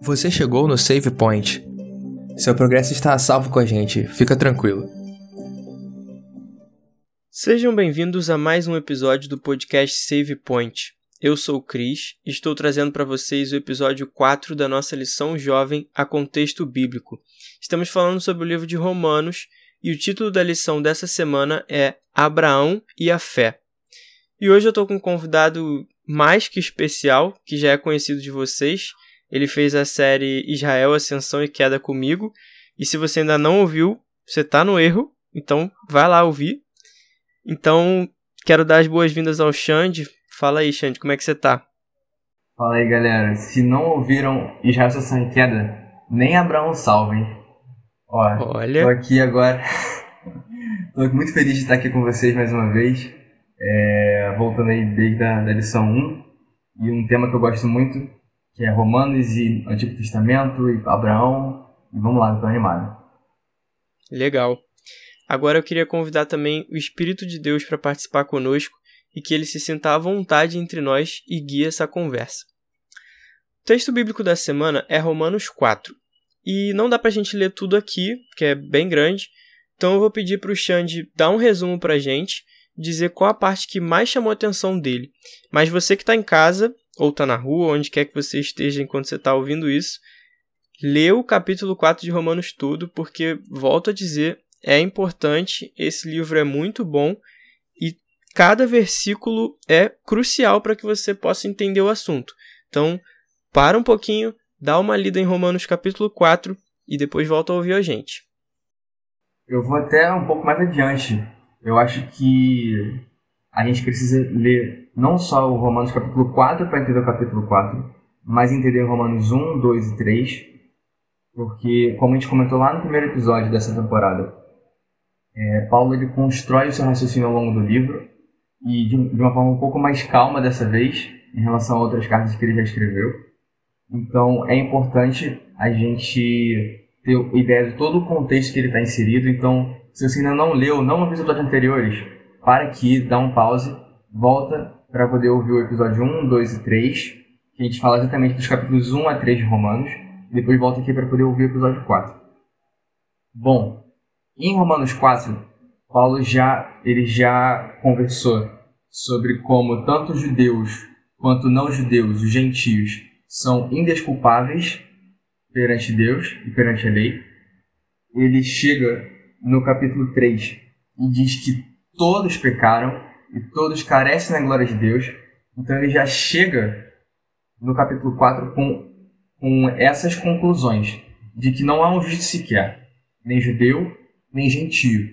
Você chegou no Save Point. Seu progresso está a salvo com a gente, fica tranquilo. Sejam bem-vindos a mais um episódio do podcast Save Point. Eu sou o Cris e estou trazendo para vocês o episódio 4 da nossa lição jovem A Contexto Bíblico. Estamos falando sobre o livro de Romanos e o título da lição dessa semana é Abraão e a Fé. E hoje eu estou com um convidado mais que especial, que já é conhecido de vocês. Ele fez a série Israel, Ascensão e Queda comigo. E se você ainda não ouviu, você está no erro, então vai lá ouvir. Então, quero dar as boas-vindas ao Xande. Fala aí, Xande, como é que você tá? Fala aí, galera. Se não ouviram Israel, Ascensão e Queda, nem Abraão salva, hein? Olha. Tô aqui agora. Tô muito feliz de estar aqui com vocês mais uma vez. Voltando aí desde a lição 1. E um tema que eu gosto muito, que é Romanos e Antigo Testamento e Abraão. E vamos lá, eu tô animado. Legal. Agora eu queria convidar também o Espírito de Deus para participar conosco e que ele se sinta à vontade entre nós e guie essa conversa. O texto bíblico da semana é Romanos 4. E não dá pra gente ler tudo aqui, porque é bem grande. Então eu vou pedir para o Xande dar um resumo pra gente, dizer qual a parte que mais chamou a atenção dele. Mas você que está em casa, ou está na rua, onde quer que você esteja enquanto você está ouvindo isso, lê o capítulo 4 de Romanos todo, porque, volto a dizer, é importante, esse livro é muito bom e cada versículo é crucial para que você possa entender o assunto. Então, para um pouquinho, dá uma lida em Romanos capítulo 4 e depois volta a ouvir a gente. Eu vou até um pouco mais adiante. Eu acho que a gente precisa ler não só o Romanos capítulo 4 para entender o capítulo 4, mas entender Romanos 1, 2 e 3, porque, como a gente comentou lá no primeiro episódio dessa temporada, Paulo ele constrói o seu raciocínio ao longo do livro e de uma forma um pouco mais calma dessa vez, em relação a outras cartas que ele já escreveu. Então é importante a gente ter ideia de todo o contexto que ele está inserido. Então, se você ainda não leu, não ouviu os episódios anteriores, para aqui, dá um pause, volta para poder ouvir o episódio 1, 2 e 3, que a gente fala exatamente dos capítulos 1 a 3 de Romanos, e depois volta aqui para poder ouvir o episódio 4. Bom, em Romanos 4, Paulo já conversou sobre como tanto os judeus quanto não judeus, os gentios, são indesculpáveis perante Deus e perante a lei. Ele chega no capítulo 3 e diz que todos pecaram e todos carecem da glória de Deus. Então ele já chega no capítulo 4 com essas conclusões, de que não há um justo sequer, nem judeu, nem gentio.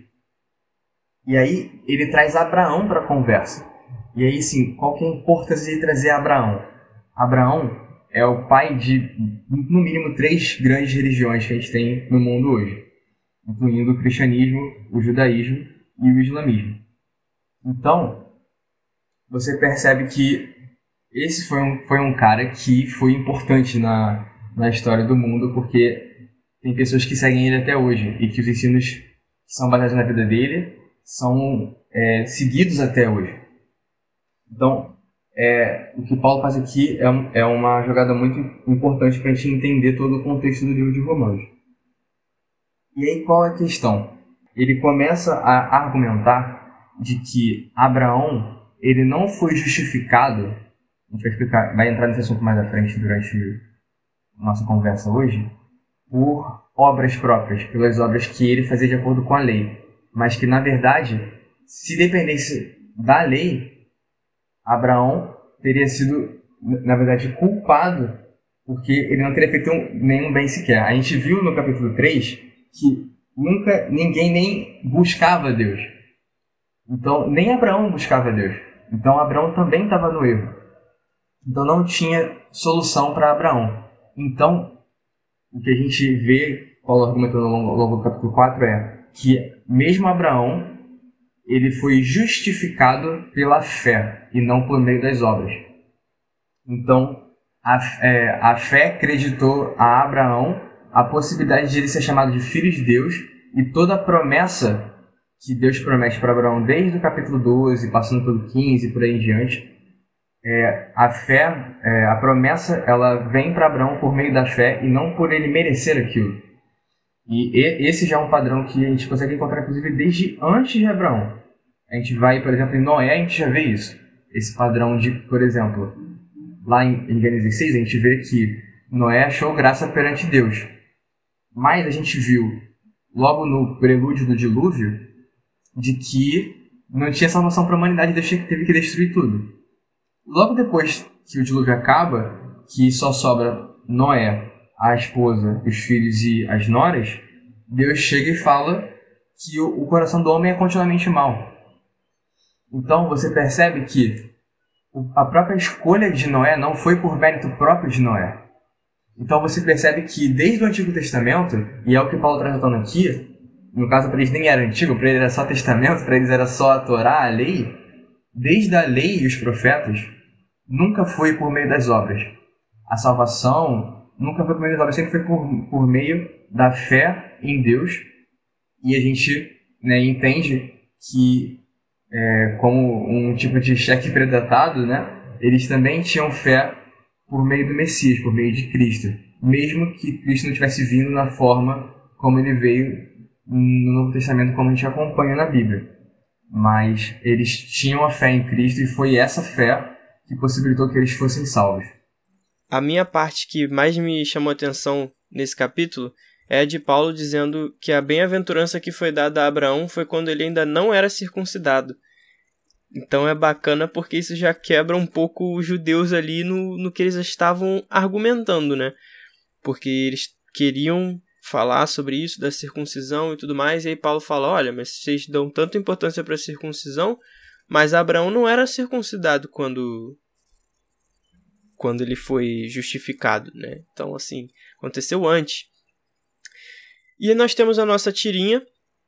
E aí ele traz Abraão para a conversa. E aí sim, qual que é a importância de trazer Abraão? Abraão é o pai de, no mínimo, 3 grandes religiões que a gente tem no mundo hoje, incluindo o cristianismo, o judaísmo e o islamismo. Então, você percebe que esse foi um cara que foi importante na história do mundo, porque tem pessoas que seguem ele até hoje e que os ensinos que são baseados na vida dele são seguidos até hoje. Então, o que Paulo faz aqui é uma jogada muito importante para a gente entender todo o contexto do livro de Romanos. E aí, qual é a questão? Ele começa a argumentar de que Abraão ele não foi justificado, a gente vai entrar nesse assunto mais à frente durante a nossa conversa hoje, por obras próprias, pelas obras que ele fazia de acordo com a lei, mas que, na verdade, se dependesse da lei, Abraão teria sido, na verdade, culpado, porque ele não teria feito nenhum bem sequer. A gente viu no capítulo 3 que nunca ninguém nem buscava Deus. Então, nem Abraão buscava Deus. Então, Abraão também estava no erro. Então, não tinha solução para Abraão. Então, o que a gente vê, Paulo argumentando ao longo do capítulo 4, é que mesmo Abraão, ele foi justificado pela fé e não por meio das obras. Então, a fé acreditou a Abraão a possibilidade de ele ser chamado de filho de Deus, e toda a promessa que Deus promete para Abraão desde o capítulo 12, passando pelo 15 e por aí em diante, a fé, a promessa, ela vem para Abraão por meio da fé e não por ele merecer aquilo. E esse já é um padrão que a gente consegue encontrar, inclusive, desde antes de Abraão. A gente vai, por exemplo, em Noé, a gente já vê isso. Esse padrão de, por exemplo, lá em Gênesis 6, a gente vê que Noé achou graça perante Deus. Mas a gente viu, logo no prelúdio do dilúvio, de que não tinha salvação para a humanidade, Deus teve que destruir tudo. Logo depois que o dilúvio acaba, que só sobra Noé, a esposa, os filhos e as noras, Deus chega e fala que o coração do homem é continuamente mau. Então você percebe que a própria escolha de Noé não foi por mérito próprio de Noé. Então você percebe que desde o Antigo Testamento, e é o que Paulo está tratando aqui, no caso para eles nem era antigo, para eles era só testamento, para eles era só a Torá, a lei, desde a lei e os profetas, nunca foi por meio das obras. A salvação nunca foi por meio das obras, sempre foi por meio da fé em Deus. E a gente, né, entende que, como um tipo de cheque predatado, né, eles também tinham fé por meio do Messias, por meio de Cristo. Mesmo que Cristo não tivesse vindo na forma como ele veio no Novo Testamento, como a gente acompanha na Bíblia. Mas eles tinham a fé em Cristo e foi essa fé que possibilitou que eles fossem salvos. A minha parte que mais me chamou a atenção nesse capítulo é a de Paulo dizendo que a bem-aventurança que foi dada a Abraão foi quando ele ainda não era circuncidado. Então é bacana porque isso já quebra um pouco os judeus ali no que eles estavam argumentando, né? Porque eles queriam falar sobre isso, da circuncisão e tudo mais, e aí Paulo fala, olha, mas vocês dão tanta importância para a circuncisão, mas Abraão não era circuncidado quando ele foi justificado, né? Então, assim, aconteceu antes. E nós temos a nossa tirinha.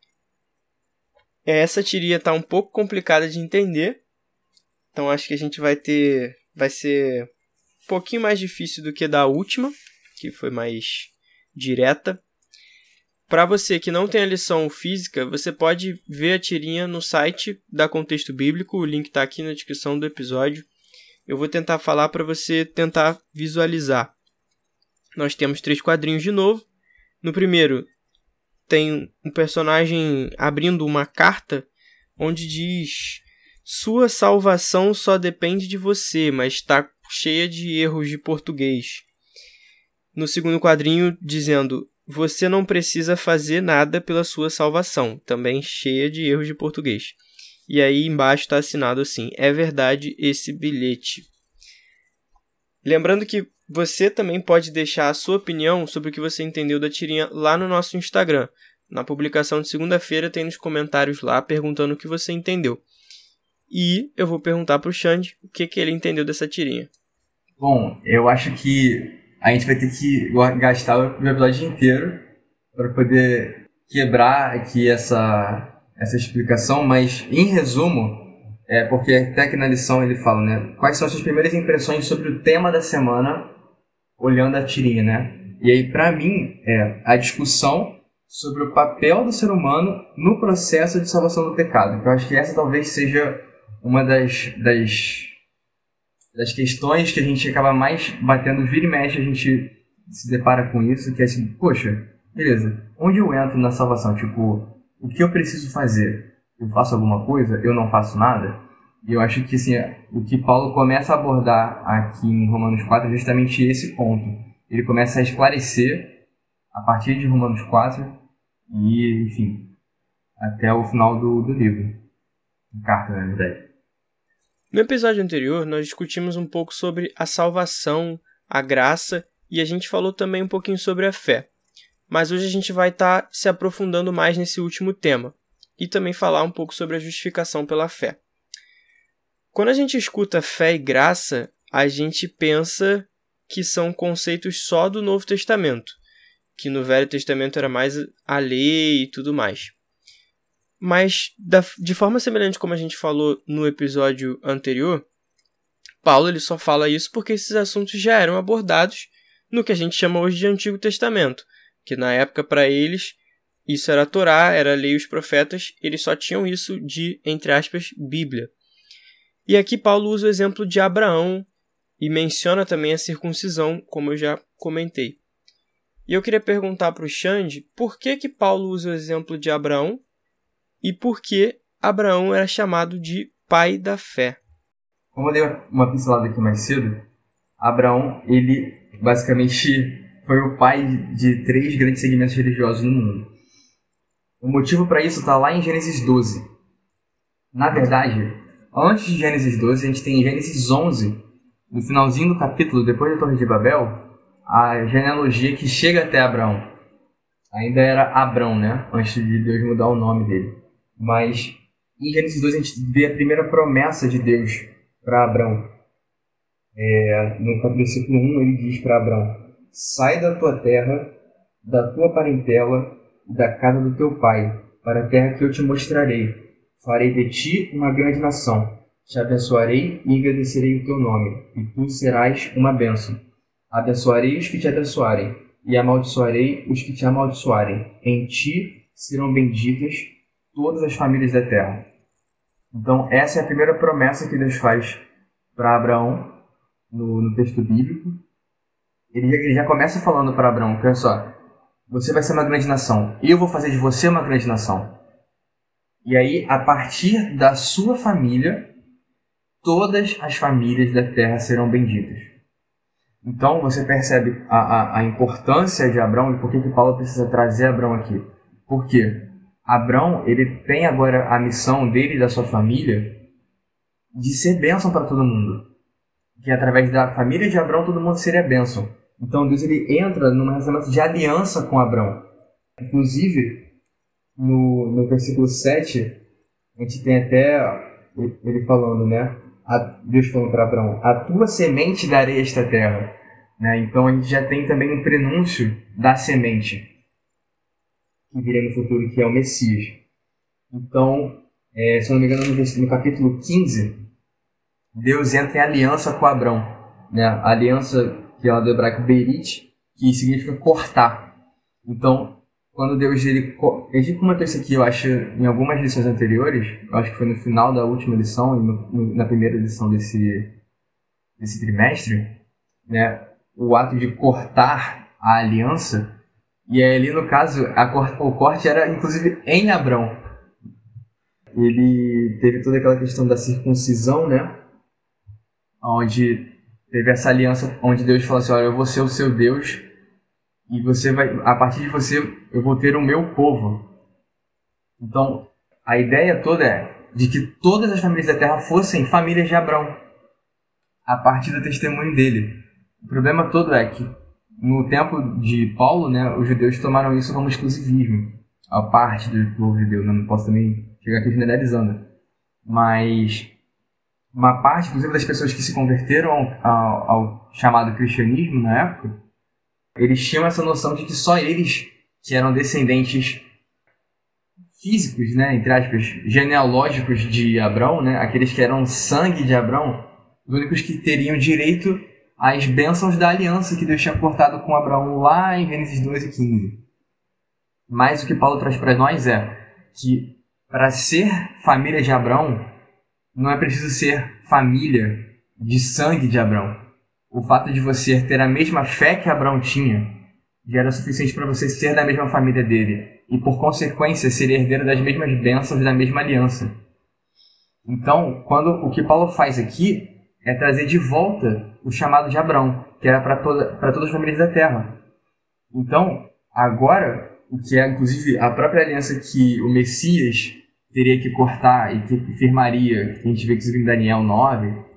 Essa tirinha tá um pouco complicada de entender, então acho que a gente vai ser um pouquinho mais difícil do que da última, que foi mais direta. Para você que não tem a lição física, você pode ver a tirinha no site da Contexto Bíblico, o link está aqui na descrição do episódio. Eu vou tentar falar para você tentar visualizar. Nós temos 3 quadrinhos de novo. No primeiro, tem um personagem abrindo uma carta onde diz: sua salvação só depende de você, mas está cheia de erros de português. No segundo quadrinho, dizendo: você não precisa fazer nada pela sua salvação, também cheia de erros de português. E aí embaixo está assinado assim: é verdade esse bilhete. Lembrando que você também pode deixar a sua opinião sobre o que você entendeu da tirinha lá no nosso Instagram. Na publicação de segunda-feira tem nos comentários lá perguntando o que você entendeu. E eu vou perguntar para o Xande o que ele entendeu dessa tirinha. Bom, eu acho que a gente vai ter que gastar o episódio inteiro para poder quebrar aqui essa explicação, mas em resumo, porque até aqui na lição ele fala, né? Quais são as suas primeiras impressões sobre o tema da semana olhando a tirinha, né? E aí, para mim, a discussão sobre o papel do ser humano no processo de salvação do pecado. Que eu acho que essa talvez seja uma das questões que a gente acaba mais batendo, vira e mexe, a gente se depara com isso, que é assim, poxa, beleza, onde eu entro na salvação? Tipo, o que eu preciso fazer? Eu faço alguma coisa? Eu não faço nada? E eu acho que assim, o que Paulo começa a abordar aqui em Romanos 4 é justamente esse ponto. Ele começa a esclarecer a partir de Romanos 4 e, enfim, até o final do livro. Carta, na verdade. No episódio anterior, nós discutimos um pouco sobre a salvação, a graça, e a gente falou também um pouquinho sobre a fé. Mas hoje a gente vai estar se aprofundando mais nesse último tema, e também falar um pouco sobre a justificação pela fé. Quando a gente escuta fé e graça, a gente pensa que são conceitos só do Novo Testamento, que no Velho Testamento era mais a lei e tudo mais. Mas, de forma semelhante como a gente falou no episódio anterior, Paulo ele só fala isso porque esses assuntos já eram abordados no que a gente chama hoje de Antigo Testamento, que na época para eles isso era a Torá, era a lei e os profetas, eles só tinham isso de, entre aspas, Bíblia. E aqui Paulo usa o exemplo de Abraão e menciona também a circuncisão, como eu já comentei. E eu queria perguntar para o Xande por que Paulo usa o exemplo de Abraão e por que Abraão era chamado de pai da fé. Como eu dei uma pincelada aqui mais cedo, Abraão, ele basicamente foi o pai de 3 grandes segmentos religiosos no mundo. O motivo para isso está lá em Gênesis 12. Na verdade, antes de Gênesis 12, a gente tem Gênesis 11, no finalzinho do capítulo, depois da Torre de Babel, a genealogia que chega até Abraão. Ainda era Abrão, né? Antes de Deus mudar o nome dele. Mas em Gênesis 12 a gente vê a primeira promessa de Deus para Abrão. No versículo 1 ele diz para Abrão: sai da tua terra, da tua parentela e da casa do teu pai, para a terra que eu te mostrarei. Farei de ti uma grande nação. Te abençoarei e engrandecerei o teu nome, e tu serás uma bênção. Abençoarei os que te abençoarem, e amaldiçoarei os que te amaldiçoarem. Em ti serão benditas todas as famílias da terra. Então, essa é a primeira promessa que Deus faz para Abraão no texto bíblico. Ele já começa falando para Abraão, olha só, você vai ser uma grande nação, eu vou fazer de você uma grande nação. E aí, a partir da sua família, todas as famílias da terra serão benditas. Então, você percebe a importância de Abraão e por que Paulo precisa trazer Abraão aqui. Porque Abraão, ele tem agora a missão dele e da sua família de ser bênção para todo mundo. Que através da família de Abraão, todo mundo seria bênção. Então, Deus ele entra num relacionamento de aliança com Abraão. Inclusive, no versículo 7, a gente tem até ele falando, né? Deus falando para Abraão: a tua semente darei esta terra. Né? Então a gente já tem também um prenúncio da semente que viria no futuro, que é o Messias. Então, se eu não me engano, no capítulo 15, Deus entra em aliança com Abraão. Né? A aliança que ela do hebraico berit, que significa cortar. Então, quando Deus a gente comentou isso aqui, eu acho, em algumas lições anteriores, eu acho que foi no final da última lição e na primeira lição desse trimestre, né, o ato de cortar a aliança, e ali no caso o corte era inclusive em Abrão. Ele teve toda aquela questão da circuncisão, né, onde teve essa aliança, onde Deus falou assim: olha, eu vou ser o seu Deus, e você vai, a partir de você, eu vou ter o meu povo. Então, a ideia toda é de que todas as famílias da terra fossem famílias de Abrão, a partir do testemunho dele. O problema todo é que, no tempo de Paulo, né, os judeus tomaram isso como exclusivismo, a parte do povo judeu. Não posso também chegar aqui generalizando, mas uma parte, inclusive, das pessoas que se converteram ao chamado cristianismo na época, eles tinham essa noção de que só eles, que eram descendentes físicos, né, entre aspas, genealógicos de Abrão, né, aqueles que eram sangue de Abrão, os únicos que teriam direito às bênçãos da aliança que Deus tinha cortado com Abraão lá em Gênesis 12 e 15. Mas o que Paulo traz para nós é que, para ser família de Abrão, não é preciso ser família de sangue de Abrão. O fato de você ter a mesma fé que Abraão tinha já era suficiente para você ser da mesma família dele e, por consequência, ser herdeiro das mesmas bênçãos da mesma aliança. Então, o que Paulo faz aqui é trazer de volta o chamado de Abraão, que era para todas as famílias da terra. Então, agora, o que é inclusive a própria aliança que o Messias teria que cortar e que firmaria, que a gente vê que em Daniel 9,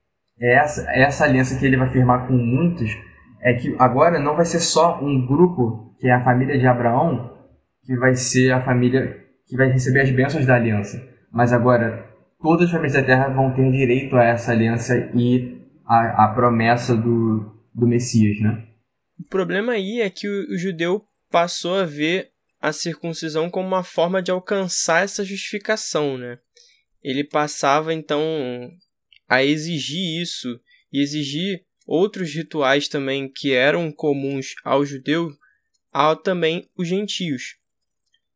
essa aliança que ele vai firmar com muitos, é que agora não vai ser só um grupo, que é a família de Abraão, que vai ser a família que vai receber as bênçãos da aliança, mas agora todas as famílias da terra vão ter direito a essa aliança e a promessa do Messias, né? O problema aí é que o judeu passou a ver a circuncisão como uma forma de alcançar essa justificação, né? Ele passava, então, a exigir isso e exigir outros rituais também que eram comuns ao judeu, a também os gentios.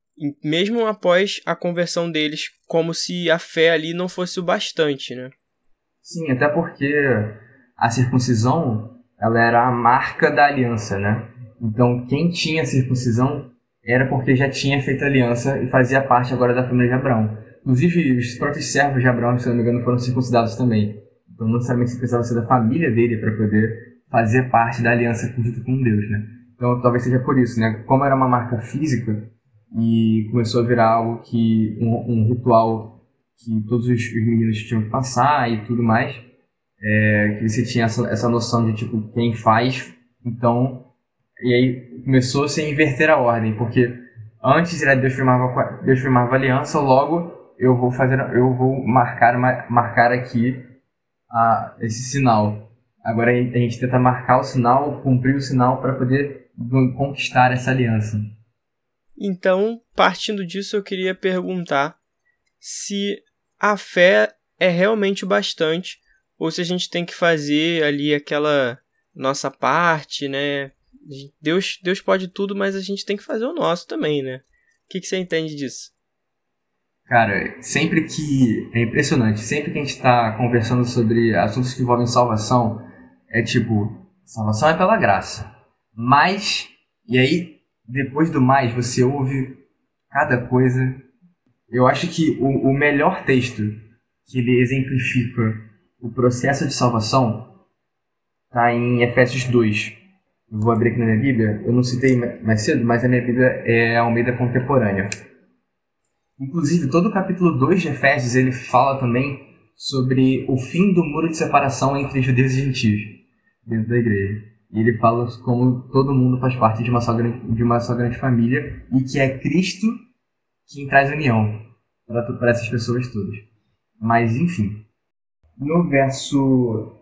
Mesmo após a conversão deles, como se a fé ali não fosse o bastante, né? Sim, até porque a circuncisão, ela era a marca da aliança, né? Então, quem tinha circuncisão era porque já tinha feito aliança e fazia parte agora da família de Abraão. Inclusive, os próprios servos de Abraão, se não me engano, foram circuncidados também. Então, não necessariamente você precisava ser da família dele para poder fazer parte da aliança junto com Deus, né? Então, talvez seja por isso, né? Como era uma marca física e começou a virar algo que um ritual que todos os meninos tinham que passar e tudo mais, que você tinha essa noção de tipo quem faz, então, e aí começou-se a inverter a ordem, porque antes era Deus firmava aliança, logo eu vou marcar aqui esse sinal. Agora a gente tenta marcar o sinal, cumprir o sinal para poder conquistar essa aliança. Então, partindo disso, eu queria perguntar se a fé é realmente o bastante ou se a gente tem que fazer ali aquela nossa parte, né? Deus pode tudo, mas a gente tem que fazer o nosso também, né? O que você entende disso? Cara, é impressionante, sempre que a gente está conversando sobre assuntos que envolvem salvação, é tipo, salvação é pela graça. Mas, e aí, depois do mais, você ouve cada coisa. Eu acho que o melhor texto que ele exemplifica o processo de salvação está em Efésios 2. Eu vou abrir aqui na minha Bíblia, eu não citei mais cedo, mas a minha Bíblia é a Almeida Contemporânea. Inclusive, todo o capítulo 2 de Efésios, ele fala também sobre o fim do muro de separação entre judeus e gentios dentro da igreja. E ele fala como todo mundo faz parte de uma só grande família e que é Cristo quem traz união para essas pessoas todas. Mas, enfim, no verso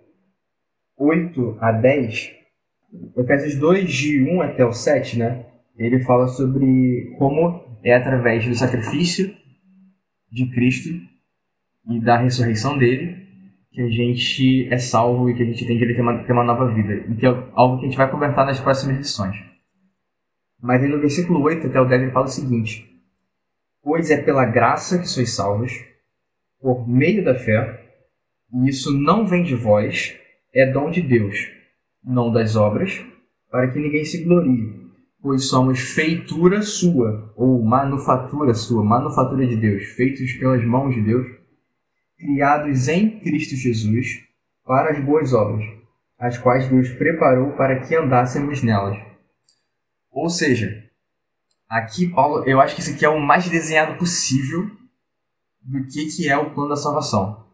8 a 10, Efésios 2, de 1 até o 7, né? Ele fala sobre como é através do sacrifício de Cristo e da ressurreição dele que a gente é salvo e que a gente tem direito a ter uma nova vida. E que é algo que a gente vai conversar nas próximas lições. Mas aí no versículo 8 até o 10 ele fala o seguinte: pois é pela graça que sois salvos, por meio da fé, e isso não vem de vós, é dom de Deus, não das obras, para que ninguém se glorie, pois somos feitura sua, ou manufatura sua, manufatura de Deus, feitos pelas mãos de Deus, criados em Cristo Jesus, para as boas obras, as quais Deus preparou para que andássemos nelas. Ou seja, aqui, Paulo, eu acho que isso aqui é o mais desenhado possível do que é o plano da salvação.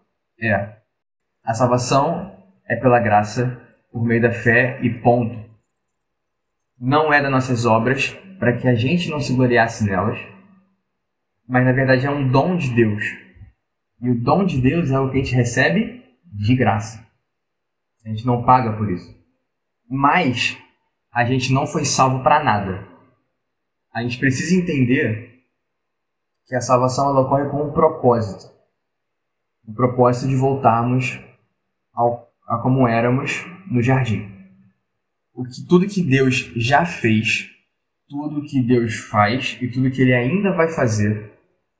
A salvação é pela graça, por meio da fé e ponto. Não é das nossas obras, para que a gente não se gloriasse nelas, mas na verdade é um dom de Deus. E o dom de Deus é o que a gente recebe de graça. A gente não paga por isso. Mas a gente não foi salvo para nada. A gente precisa entender que a salvação ela ocorre com um propósito. O propósito de voltarmos a como éramos no jardim. Tudo que Deus já fez, tudo que Deus faz e tudo que Ele ainda vai fazer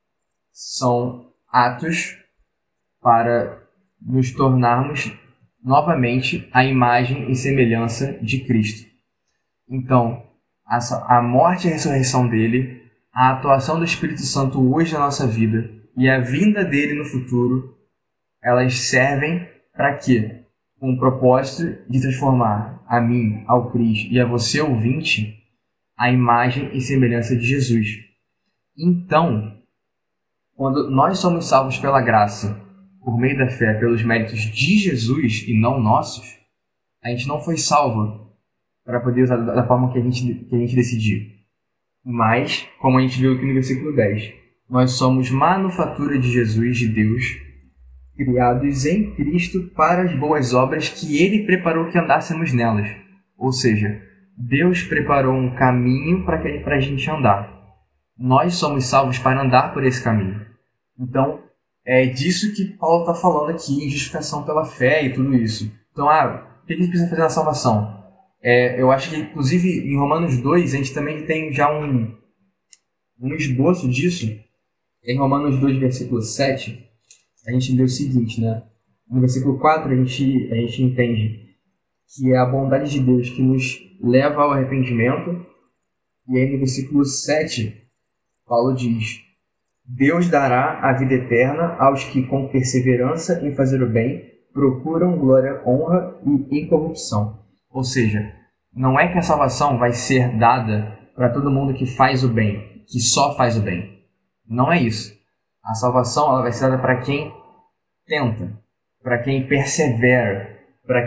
são atos para nos tornarmos novamente a imagem e semelhança de Cristo. Então, a morte e a ressurreição dele, a atuação do Espírito Santo hoje na nossa vida e a vinda dele no futuro, elas servem para quê? Com o propósito de transformar a mim, ao Cris e a você, ouvinte, a imagem e semelhança de Jesus. Então, quando nós somos salvos pela graça, por meio da fé, pelos méritos de Jesus e não nossos, a gente não foi salvo para poder usar da forma que a gente decidir. Mas, como a gente viu aqui no versículo 10, nós somos manufatura de Jesus, de Deus, criados em Cristo para as boas obras que Ele preparou que andássemos nelas. Ou seja, Deus preparou um caminho para a gente andar. Nós somos salvos para andar por esse caminho. Então, é disso que Paulo está falando aqui, em justificação pela fé e tudo isso. Então, o que a gente precisa fazer na salvação? Eu acho que, inclusive, em Romanos 2, a gente também tem já um esboço disso. Em Romanos 2, versículo 7, a gente lê o seguinte, né? No versículo 4, a gente entende que é a bondade de Deus que nos leva ao arrependimento. E aí no versículo 7, Paulo diz: Deus dará a vida eterna aos que, com perseverança em fazer o bem, procuram glória, honra e incorrupção. Ou seja, não é que a salvação vai ser dada para todo mundo que faz o bem, que só faz o bem. Não é isso. A salvação ela vai ser dada para quem tenta, para quem persevera, para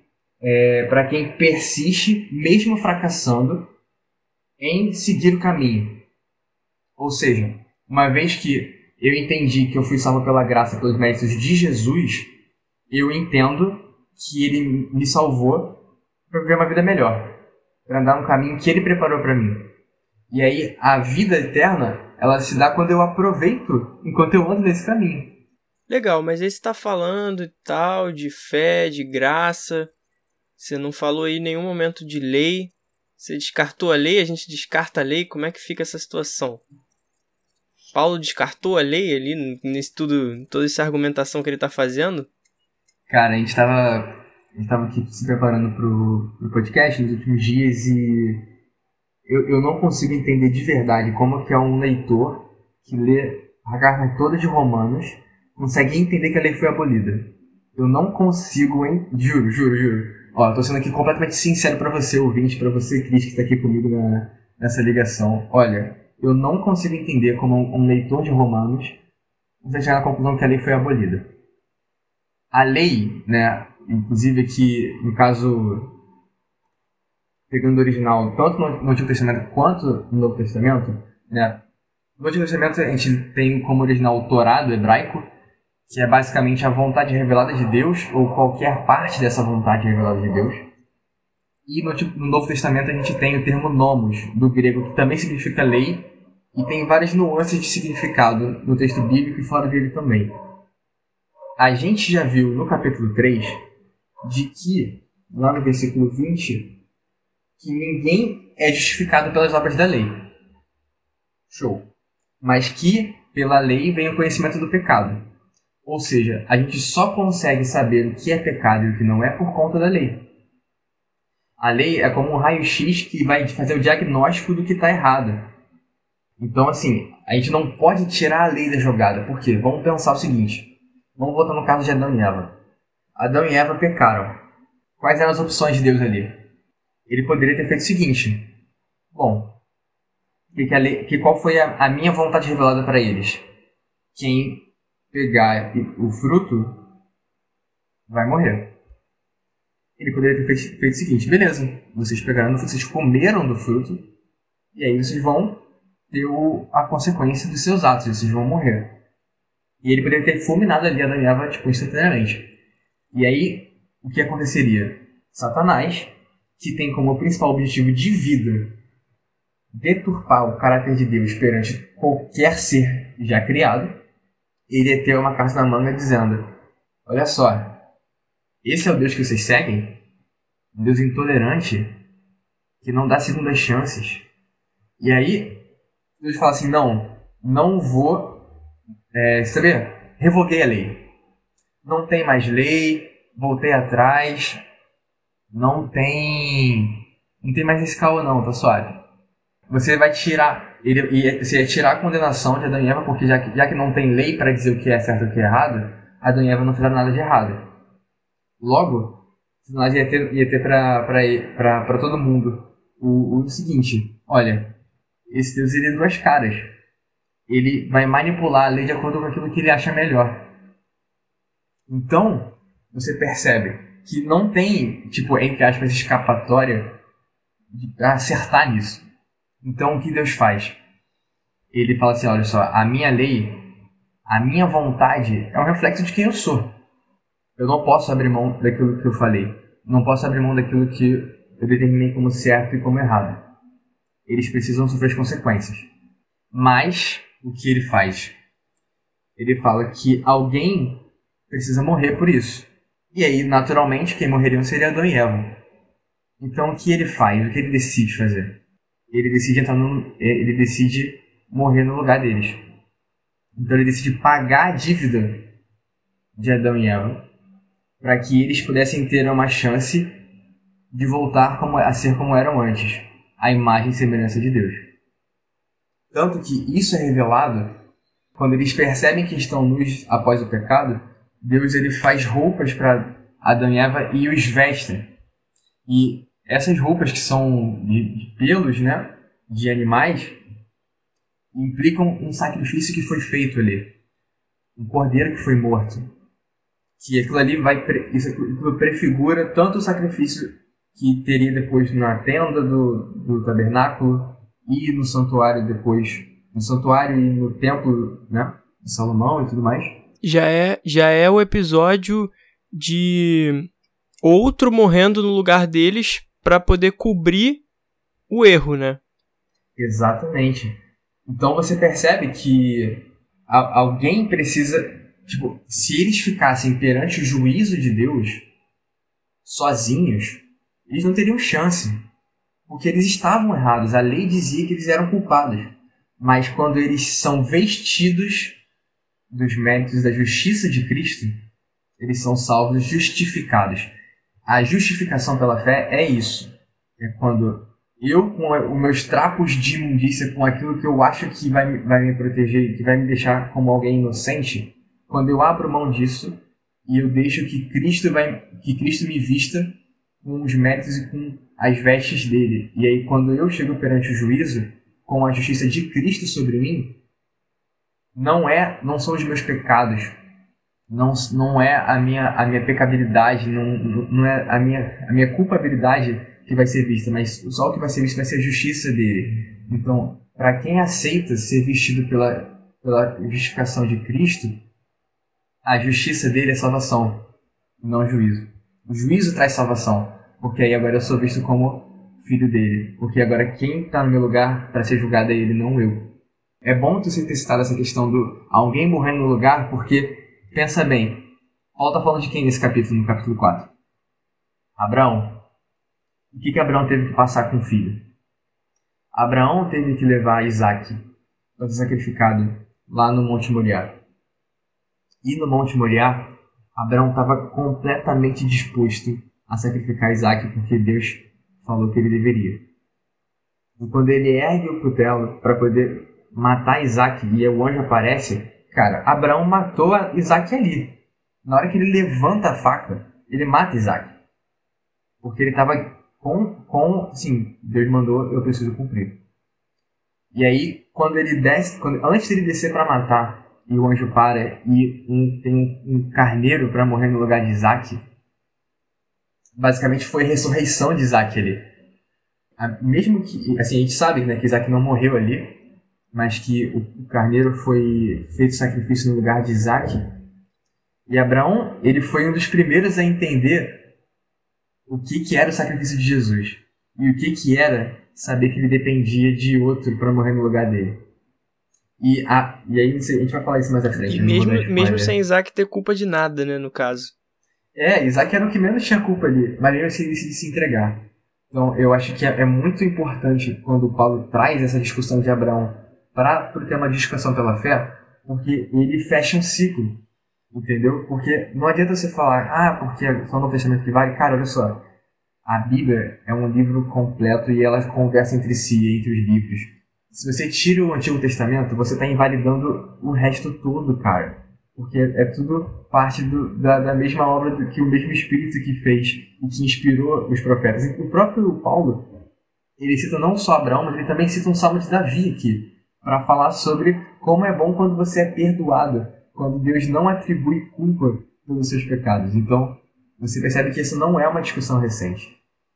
quem persiste, mesmo fracassando, em seguir o caminho. Ou seja, uma vez que eu entendi que eu fui salvo pela graça, pelos méritos de Jesus, eu entendo que Ele me salvou para viver uma vida melhor, para andar no caminho que Ele preparou para mim. E aí, a vida eterna, ela se dá quando eu aproveito enquanto eu ando nesse caminho. Legal, mas aí você está falando e tal, de fé, de graça. Você não falou aí em nenhum momento de lei. Você descartou a lei, a gente descarta a lei. Como é que fica essa situação? Paulo descartou a lei ali, nesse tudo, toda essa argumentação que ele está fazendo? Cara, a gente tava aqui se preparando pro podcast nos últimos dias e eu não consigo entender de verdade como que é um leitor que lê a carta toda de Romanos consegue entender que a lei foi abolida. Eu não consigo, hein? Juro. Ó, tô sendo aqui completamente sincero pra você, ouvinte, pra você, Cris, que tá aqui comigo nessa ligação. Olha, eu não consigo entender como um leitor de Romanos consegue chegar na conclusão que a lei foi abolida. A lei, né, inclusive aqui, no caso, pegando o original, tanto no Antigo Testamento quanto no Novo Testamento, né, no Antigo Testamento a gente tem como original o Torá do hebraico, que é basicamente a vontade revelada de Deus, ou qualquer parte dessa vontade revelada de Deus. E no Novo Testamento a gente tem o termo nomos, do grego, que também significa lei, e tem várias nuances de significado no texto bíblico e fora dele também. A gente já viu no capítulo 3, de que, lá no versículo 20, que ninguém é justificado pelas obras da lei. Show. Mas que, pela lei, vem o conhecimento do pecado. Ou seja, a gente só consegue saber o que é pecado e o que não é por conta da lei. A lei é como um raio-x que vai fazer o diagnóstico do que está errado. Então, assim, a gente não pode tirar a lei da jogada. Por quê? Vamos pensar o seguinte. Vamos voltar no caso de Adão e Eva. Adão e Eva pecaram. Quais eram as opções de Deus ali? Ele poderia ter feito o seguinte. Bom, qual foi a minha vontade revelada para eles? Quem pegar o fruto vai morrer. Ele poderia ter feito o seguinte. Beleza, vocês pegaram do fruto, vocês comeram do fruto, e aí vocês vão ter a consequência dos seus atos, vocês vão morrer. E ele poderia ter fulminado ali Adão e Eva, instantaneamente. E aí, o que aconteceria? Satanás, que tem como principal objetivo de vida deturpar o caráter de Deus perante qualquer ser já criado, ele ia ter uma carta na manga dizendo: olha só, esse é o Deus que vocês seguem? Um Deus intolerante, que não dá segundas chances. E aí, Deus fala assim: não vou... sabe? Revoguei a lei. Não tem mais lei, voltei atrás, não tem mais esse caô não, tá suave. Você vai tirar, você ia tirar a condenação de Adão e Eva, porque já que não tem lei para dizer o que é certo e o que é errado, Adão e Eva não fizeram nada de errado. Logo, nós ia ter para todo mundo o seguinte: olha, esse Deus ele é duas caras. Ele vai manipular a lei de acordo com aquilo que ele acha melhor. Então, você percebe que não tem, entre aspas, escapatória para acertar nisso. Então, o que Deus faz? Ele fala assim: olha só, a minha lei, a minha vontade é um reflexo de quem eu sou. Eu não posso abrir mão daquilo que eu falei. Não posso abrir mão daquilo que eu determinei como certo e como errado. Eles precisam sofrer as consequências. Mas, o que ele faz? Ele fala que alguém precisa morrer por isso. E aí, naturalmente, quem morreriam seria Adão e Eva. Então, o que ele faz? O que ele decide fazer? Ele decide morrer no lugar deles. Então, ele decide pagar a dívida de Adão e Eva para que eles pudessem ter uma chance de voltar a ser como eram antes, a imagem e semelhança de Deus. Tanto que isso é revelado quando eles percebem que estão nus após o pecado. Deus ele faz roupas para Adão e Eva e os vestem. E essas roupas que são de pelos, né, de animais, implicam um sacrifício que foi feito ali, um cordeiro que foi morto, que aquilo ali aquilo prefigura tanto o sacrifício que teria depois na tenda do tabernáculo e no santuário depois, no santuário e no templo, né, de Salomão e tudo mais. Já é o episódio de outro morrendo no lugar deles para poder cobrir o erro, né? Exatamente. Então você percebe que alguém precisa, tipo, se eles ficassem perante o juízo de Deus sozinhos, eles não teriam chance, porque eles estavam errados. A lei dizia que eles eram culpados, mas quando eles são vestidos dos méritos da justiça de Cristo, eles são salvos, justificados. A justificação pela fé é isso. É quando eu, com os meus trapos de imundícia, com aquilo que eu acho que vai me proteger, que vai me deixar como alguém inocente, quando eu abro mão disso e eu deixo que Cristo me vista com os méritos e com as vestes dele. E aí, quando eu chego perante o juízo, com a justiça de Cristo sobre mim, não são os meus pecados, não é a minha pecabilidade, não é a minha culpabilidade que vai ser vista, mas só o que vai ser visto vai ser a justiça dele. Então, para quem aceita ser vestido pela justificação de Cristo, a justiça dele é salvação, não juízo. O juízo traz salvação, porque aí agora eu sou visto como filho dele, porque agora quem está no meu lugar para ser julgado é ele, não eu. É bom tu ter citado essa questão do alguém morrendo no lugar, porque, pensa bem, Paulo está falando de quem nesse capítulo, no capítulo 4? Abraão. O que Abraão teve que passar com o filho? Abraão teve que levar Isaac para ser sacrificado lá no Monte Moriá. E no Monte Moriá, Abraão estava completamente disposto a sacrificar Isaac, porque Deus falou que ele deveria. E quando ele ergue o cutelo para poder matar Isaac e o anjo aparece, cara, Abraão matou Isaac ali. Na hora que ele levanta a faca, ele mata Isaac. Porque ele estava sim, Deus mandou, eu preciso cumprir. E aí, quando ele desce, antes dele descer para matar, e o anjo para, e tem um carneiro para morrer no lugar de Isaac, basicamente foi a ressurreição de Isaac ali. Mesmo que, assim, a gente sabe, né, que Isaac não morreu ali, mas que o carneiro foi feito sacrifício no lugar de Isaac. E Abraão, ele foi um dos primeiros a entender o que era o sacrifício de Jesus. E o que era saber que ele dependia de outro para morrer no lugar dele. E aí a gente vai falar isso mais à frente. E mesmo sem Isaac ter culpa de nada, né, no caso. Isaac era o que menos tinha culpa ali, mas ele decide se entregar. Então eu acho que é muito importante quando Paulo traz essa discussão de Abraão para o tema de justificação pela fé, porque ele fecha um ciclo, entendeu? Porque não adianta você falar, porque é só no Testamento que vale. Cara, olha só, a Bíblia é um livro completo e ela conversa entre si, entre os livros. Se você tira o Antigo Testamento, você está invalidando o resto todo, cara. Porque é tudo parte da mesma obra que o mesmo Espírito que fez e que inspirou os profetas. E o próprio Paulo, ele cita não só Abraão, mas ele também cita um salmo de Davi aqui, para falar sobre como é bom quando você é perdoado, quando Deus não atribui culpa pelos seus pecados. Então, você percebe que isso não é uma discussão recente.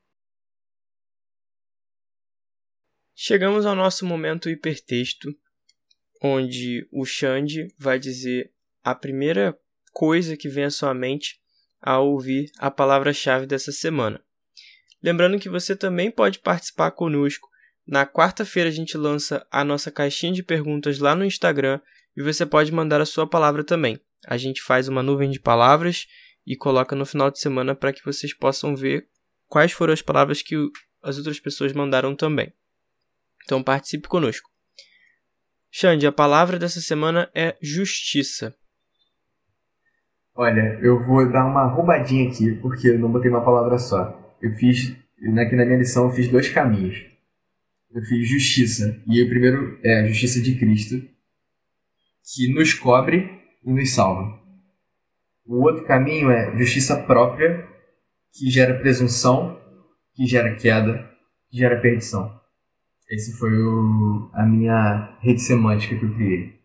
Chegamos ao nosso momento hipertexto, onde o Xande vai dizer a primeira coisa que vem à sua mente ao ouvir a palavra-chave dessa semana. Lembrando que você também pode participar conosco. Na quarta-feira a gente lança a nossa caixinha de perguntas lá no Instagram e você pode mandar a sua palavra também. A gente faz uma nuvem de palavras e coloca no final de semana para que vocês possam ver quais foram as palavras que as outras pessoas mandaram também. Então participe conosco. Xande, a palavra dessa semana é justiça. Olha, eu vou dar uma roubadinha aqui, porque eu não botei uma palavra só. Aqui na minha lição, eu fiz 2 caminhos. Eu fiz justiça, e o primeiro é a justiça de Cristo, que nos cobre e nos salva. O outro caminho é justiça própria, que gera presunção, que gera queda, que gera perdição. Esse foi a minha rede semântica que eu criei.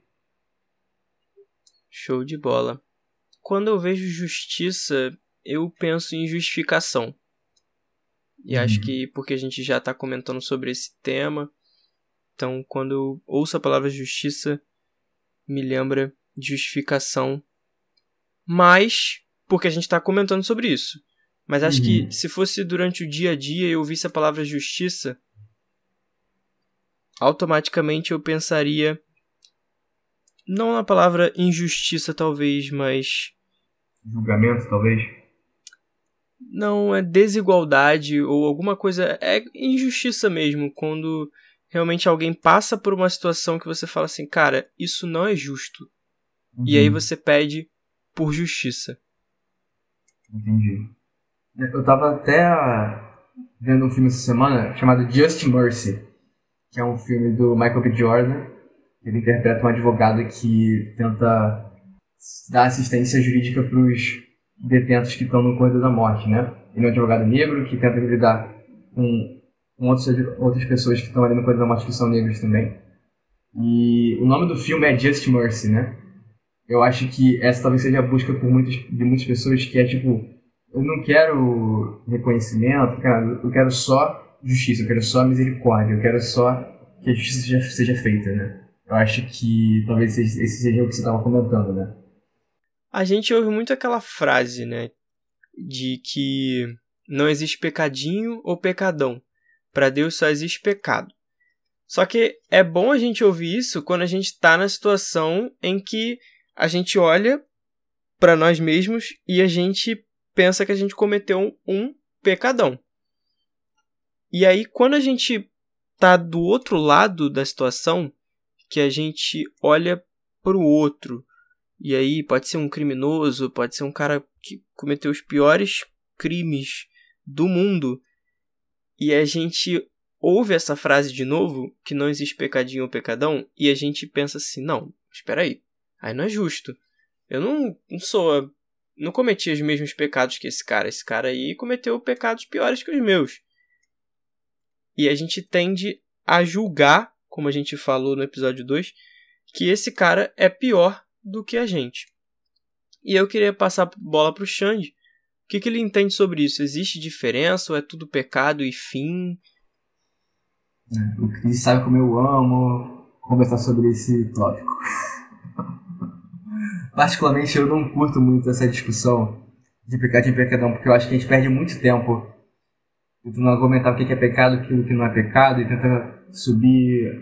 Show de bola. Quando eu vejo justiça, eu penso em justificação. E acho que porque a gente já está comentando sobre esse tema, então quando eu ouço a palavra justiça, me lembra de justificação. Mas, porque a gente está comentando sobre isso. Mas acho que se fosse durante o dia a dia e eu ouvisse a palavra justiça, automaticamente eu pensaria, não na palavra injustiça talvez, mas... julgamento, talvez? Não, é desigualdade ou alguma coisa, é injustiça mesmo, quando realmente alguém passa por uma situação que você fala assim, cara, isso não é justo. E aí você pede por justiça. Entendi. Eu tava até vendo um filme essa semana chamado Just Mercy, que é um filme do Michael B. Jordan. Ele interpreta um advogado que tenta dar assistência jurídica para os detentos que estão no corredor da morte, né? Ele é um advogado negro que tenta lidar com outras pessoas que estão ali no corredor da morte que são negros também. E o nome do filme é Just Mercy, né? Eu acho que essa talvez seja a busca de muitas pessoas, que é tipo, eu não quero reconhecimento, eu quero só justiça, eu quero só misericórdia, eu quero só que a justiça seja feita, né? Eu acho que talvez esse seja o que você estava comentando, né? A gente ouve muito aquela frase, né, de que não existe pecadinho ou pecadão. Para Deus só existe pecado. Só que é bom a gente ouvir isso quando a gente está na situação em que a gente olha para nós mesmos e a gente pensa que a gente cometeu um pecadão. E aí, quando a gente tá do outro lado da situação, que a gente olha pro outro, e aí pode ser um criminoso, pode ser um cara que cometeu os piores crimes do mundo, e a gente ouve essa frase de novo, que não existe pecadinho ou pecadão, e a gente pensa assim, não, espera aí não é justo. Eu não cometi os mesmos pecados que esse cara aí cometeu pecados piores que os meus. E a gente tende a julgar, como a gente falou no episódio 2, que esse cara é pior do que a gente. E eu queria passar a bola pro Xande. O que ele entende sobre isso? Existe diferença ou é tudo pecado e fim? O Cris sabe como eu amo conversar sobre esse tópico. Particularmente, eu não curto muito essa discussão de pecado e pecadão, porque eu acho que a gente perde muito tempo tentando argumentar o que é pecado, aquilo que não é pecado, e tenta subir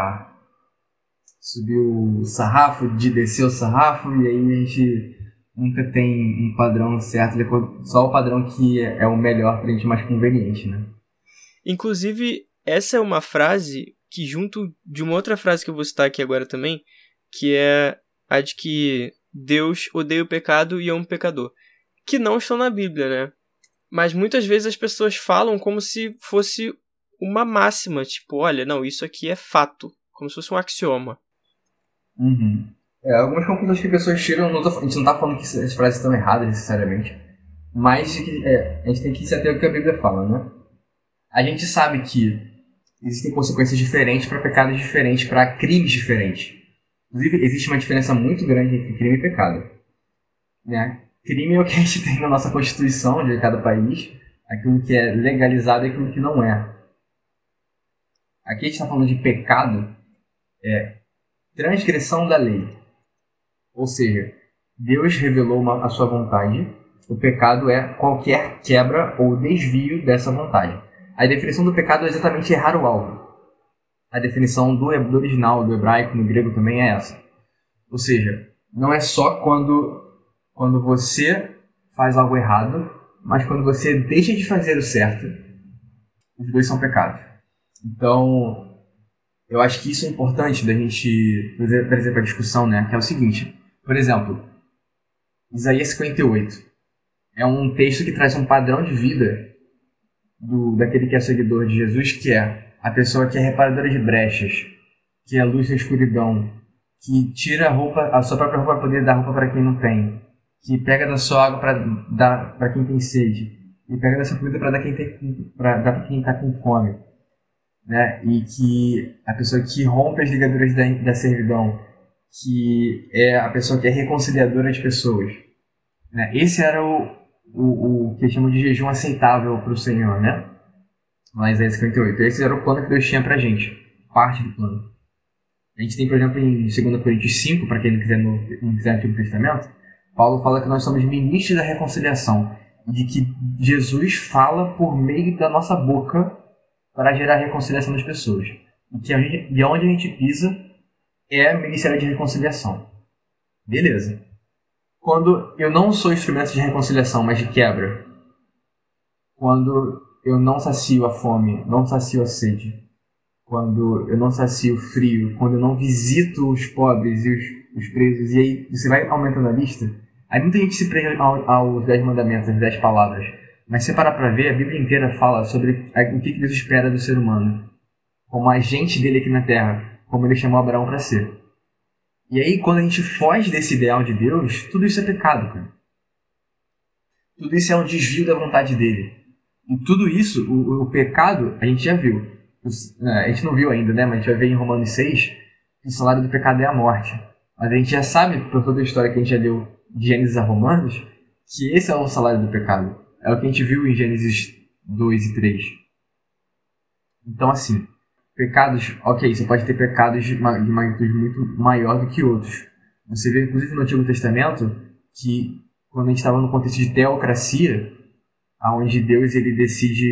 o sarrafo, de descer o sarrafo, e aí a gente nunca tem um padrão certo, só o padrão que é o melhor pra gente, mais conveniente, né? Inclusive, essa é uma frase que, junto de uma outra frase que eu vou citar aqui agora também, que é a de que Deus odeia o pecado e ama o pecador, que não estão na Bíblia, né? Mas muitas vezes as pessoas falam como se fosse uma máxima, tipo, olha, não, isso aqui é fato, como se fosse um axioma. Algumas conclusões que as pessoas tiram, a gente não tá falando que as frases estão erradas necessariamente, mas a gente tem que se ater ao que a Bíblia fala, né? A gente sabe que existem consequências diferentes para pecados diferentes, para crimes diferentes. Inclusive, existe uma diferença muito grande entre crime e pecado, né? Crime é o que a gente tem na nossa Constituição de cada país, aquilo que é legalizado e aquilo que não é. Aqui a gente está falando de pecado, transgressão da lei. Ou seja, Deus revelou a sua vontade, o pecado é qualquer quebra ou desvio dessa vontade. A definição do pecado é exatamente errar o alvo. A definição do original, do hebraico, no grego também é essa. Ou seja, não é só quando você faz algo errado, mas quando você deixa de fazer o certo, os dois são pecados. Então, eu acho que isso é importante da gente trazer para a discussão, né? Que é o seguinte, por exemplo, Isaías 58. É um texto que traz um padrão de vida daquele que é seguidor de Jesus, que é a pessoa que é reparadora de brechas, que é a luz da escuridão, que tira a sua própria roupa para poder dar roupa para quem não tem, que pega da sua água para dar para quem tem sede, e pega da sua comida para dar para quem está com fome, né? E que a pessoa que rompe as ligaduras da servidão, que é a pessoa que é reconciliadora de pessoas, né? Esse era o que eles chamam de jejum aceitável para o Senhor, né? Lá em Isaías 58. Esse era o plano que Deus tinha para a gente, parte do plano. A gente tem, por exemplo, em 2 Coríntios 5, para quem não quiser no Antigo Testamento, Paulo fala que nós somos ministros da reconciliação, de que Jesus fala por meio da nossa boca para gerar reconciliação das pessoas. E que de onde a gente pisa é ministério de reconciliação. Beleza. Quando eu não sou instrumento de reconciliação, mas de quebra, quando eu não sacio a fome, não sacio a sede, quando eu não sacio o frio, quando eu não visito os pobres e os presos, e aí você vai aumentando a lista, aí muita gente se prende aos 10 mandamentos, às 10 palavras. Mas se parar para ver, a Bíblia inteira fala sobre o que Deus espera do ser humano, como agente dele aqui na Terra, como ele chamou Abraão para ser. E aí, quando a gente foge desse ideal de Deus, tudo isso é pecado, cara. Tudo isso é um desvio da vontade dele. E tudo isso, o pecado, a gente já viu. A gente não viu ainda, né? Mas a gente vai ver em Romanos 6 que o salário do pecado é a morte. Mas a gente já sabe, por toda a história que a gente já leu de Gênesis a Romanos, que esse é o salário do pecado. É o que a gente viu em Gênesis 2 e 3. Então, assim, pecados, ok, você pode ter pecados de magnitude muito maior do que outros. Você vê, inclusive, no Antigo Testamento, que quando a gente estava no contexto de teocracia, onde Deus ele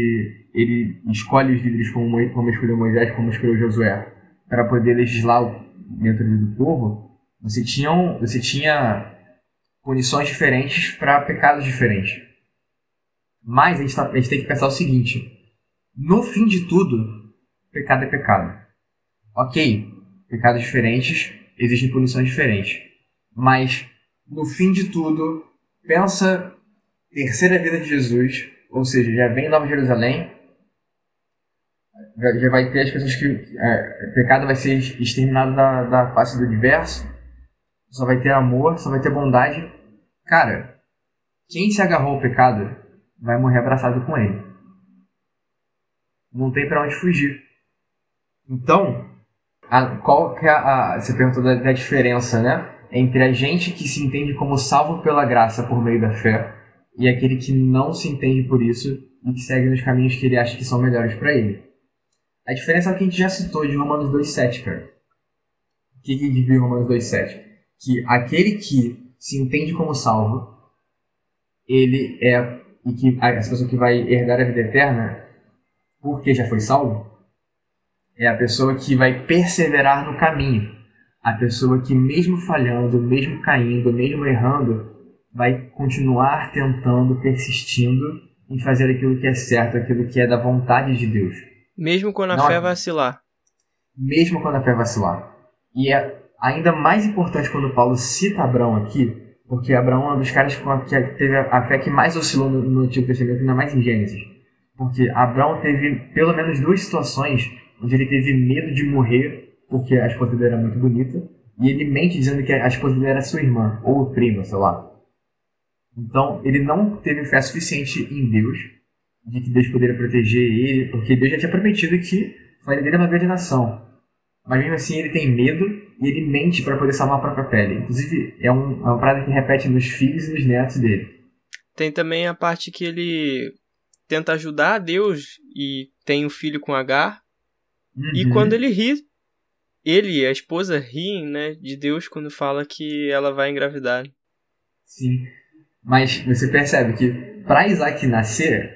escolhe os líderes como escolheu Moisés, como escolheu Josué, para poder legislar dentro do povo, você tinha punições diferentes para pecados diferentes. Mas a gente tem que pensar o seguinte: no fim de tudo, pecado é pecado. Ok, pecados diferentes, existem punições diferentes. Mas, no fim de tudo, pensa terceira vida de Jesus, ou seja, já vem Nova Jerusalém, já vai ter as pessoas que o pecado vai ser exterminado da face do universo, só vai ter amor, só vai ter bondade. Cara, quem se agarrou ao pecado vai morrer abraçado com ele. Não tem pra onde fugir. Então, qual que é você perguntou da diferença, né? Entre a gente que se entende como salvo pela graça por meio da fé e aquele que não se entende por isso e que segue nos caminhos que ele acha que são melhores para ele. A diferença é o que a gente já citou de Romanos 2,7, cara. O que a gente viu em Romanos 2,7? Que aquele que se entende como salvo, ele é, e que essa pessoa que vai herdar a vida eterna, porque já foi salvo, é a pessoa que vai perseverar no caminho. A pessoa que mesmo falhando, mesmo caindo, mesmo errando, vai continuar tentando, persistindo em fazer aquilo que é certo, aquilo que é da vontade de Deus. Mesmo quando a fé vacilar. Mesmo quando a fé vacilar. E é ainda mais importante quando Paulo cita Abraão aqui, porque Abraão é um dos caras que teve a fé que mais oscilou no Antigo Testamento, ainda mais em Gênesis. Porque Abraão teve pelo menos 2 situações onde ele teve medo de morrer porque a esposa dele era muito bonita, e ele mente dizendo que a esposa dele era sua irmã, ou prima, sei lá. Então, ele não teve fé suficiente em Deus, de que Deus poderia proteger ele, porque Deus já tinha prometido que a família dele é uma grande nação. Mas mesmo assim, ele tem medo e ele mente para poder salvar a própria pele. Inclusive, é uma parada que repete nos filhos e nos netos dele. Tem também a parte que ele tenta ajudar a Deus e tem um filho com Agar. Uhum. E quando ele ri, ele e a esposa riem, né, de Deus quando fala que ela vai engravidar. Sim, mas você percebe que para Isaac nascer,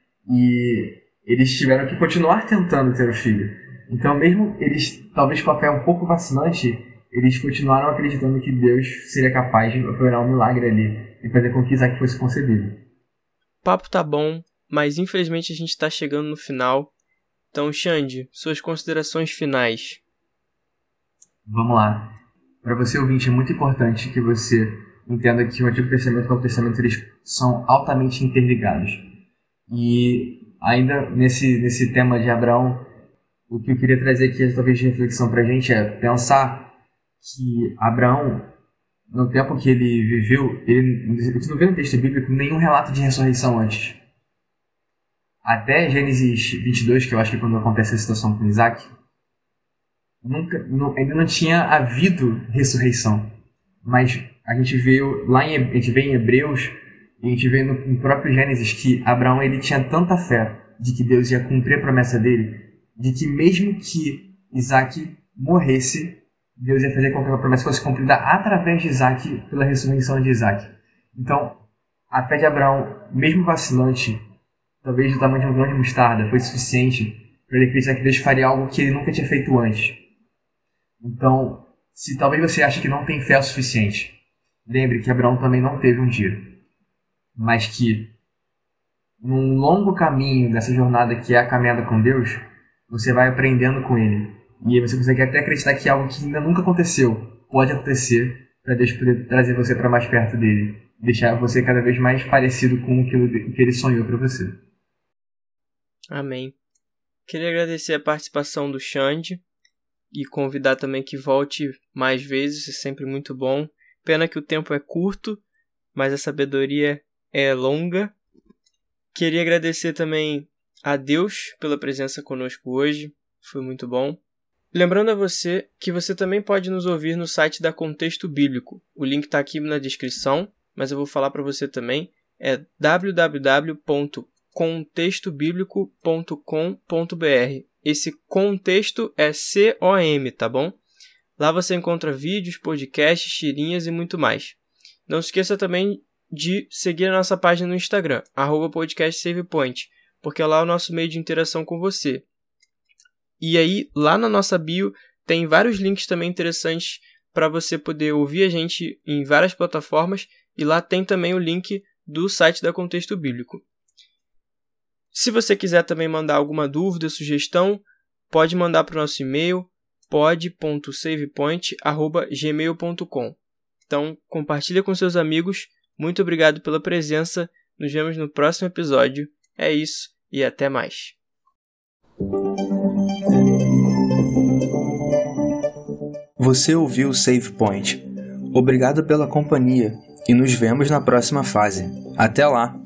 e eles tiveram que continuar tentando ter o filho. Então mesmo eles, talvez com a fé um pouco vacilante, eles continuaram acreditando que Deus seria capaz de operar um milagre ali e fazer com que Isaac fosse concebido. O papo tá bom, mas infelizmente a gente tá chegando no final. Então, Xande, suas considerações finais. Vamos lá. Para você, ouvinte, é muito importante que você entenda que o Antigo Testamento e o Novo Testamento eles são altamente interligados. E ainda nesse tema de Abraão, o que eu queria trazer aqui, talvez de reflexão para a gente, é pensar que Abraão, no tempo que ele viveu, a gente não vê no texto bíblico nenhum relato de ressurreição antes. Até Gênesis 22, que eu acho que é quando acontece a situação com Isaac, ainda não tinha havido ressurreição. Mas a gente vê em Hebreus, e a gente vê no próprio Gênesis que Abraão ele tinha tanta fé de que Deus ia cumprir a promessa dele, de que mesmo que Isaac morresse, Deus ia fazer com que a promessa fosse cumprida através de Isaac, pela ressurreição de Isaac. Então, a fé de Abraão, mesmo vacilante, talvez do tamanho de um grão de mostarda, foi suficiente para ele acreditar que Deus faria algo que ele nunca tinha feito antes. Então, se talvez você ache que não tem fé o suficiente, lembre que Abraão também não teve um dia. Mas que, num longo caminho dessa jornada que é a caminhada com Deus, você vai aprendendo com Ele. E aí você consegue até acreditar que algo que ainda nunca aconteceu pode acontecer para Deus poder trazer você para mais perto dele. Deixar você cada vez mais parecido com o que Ele sonhou para você. Amém. Queria agradecer a participação do Xande e convidar também que volte mais vezes, é sempre muito bom. Pena que o tempo é curto, mas a sabedoria é longa. Queria agradecer também a Deus pela presença conosco hoje, foi muito bom. Lembrando a você que você também pode nos ouvir no site da Contexto Bíblico. O link está aqui na descrição, mas eu vou falar para você também. É www.contextobiblico.com.br. Esse contexto é COM, tá bom? Lá você encontra vídeos, podcasts, tirinhas e muito mais. Não se esqueça também de seguir a nossa página no Instagram, @podcastsavepoint, porque lá é o nosso meio de interação com você. E aí, lá na nossa bio, tem vários links também interessantes para você poder ouvir a gente em várias plataformas, e lá tem também o link do site da Contexto Bíblico. Se você quiser também mandar alguma dúvida, sugestão, pode mandar para o nosso e-mail, pod.savepoint@gmail.com. Então, compartilha com seus amigos. Muito obrigado pela presença. Nos vemos no próximo episódio. É isso e até mais. Você ouviu o Save Point. Obrigado pela companhia e nos vemos na próxima fase. Até lá!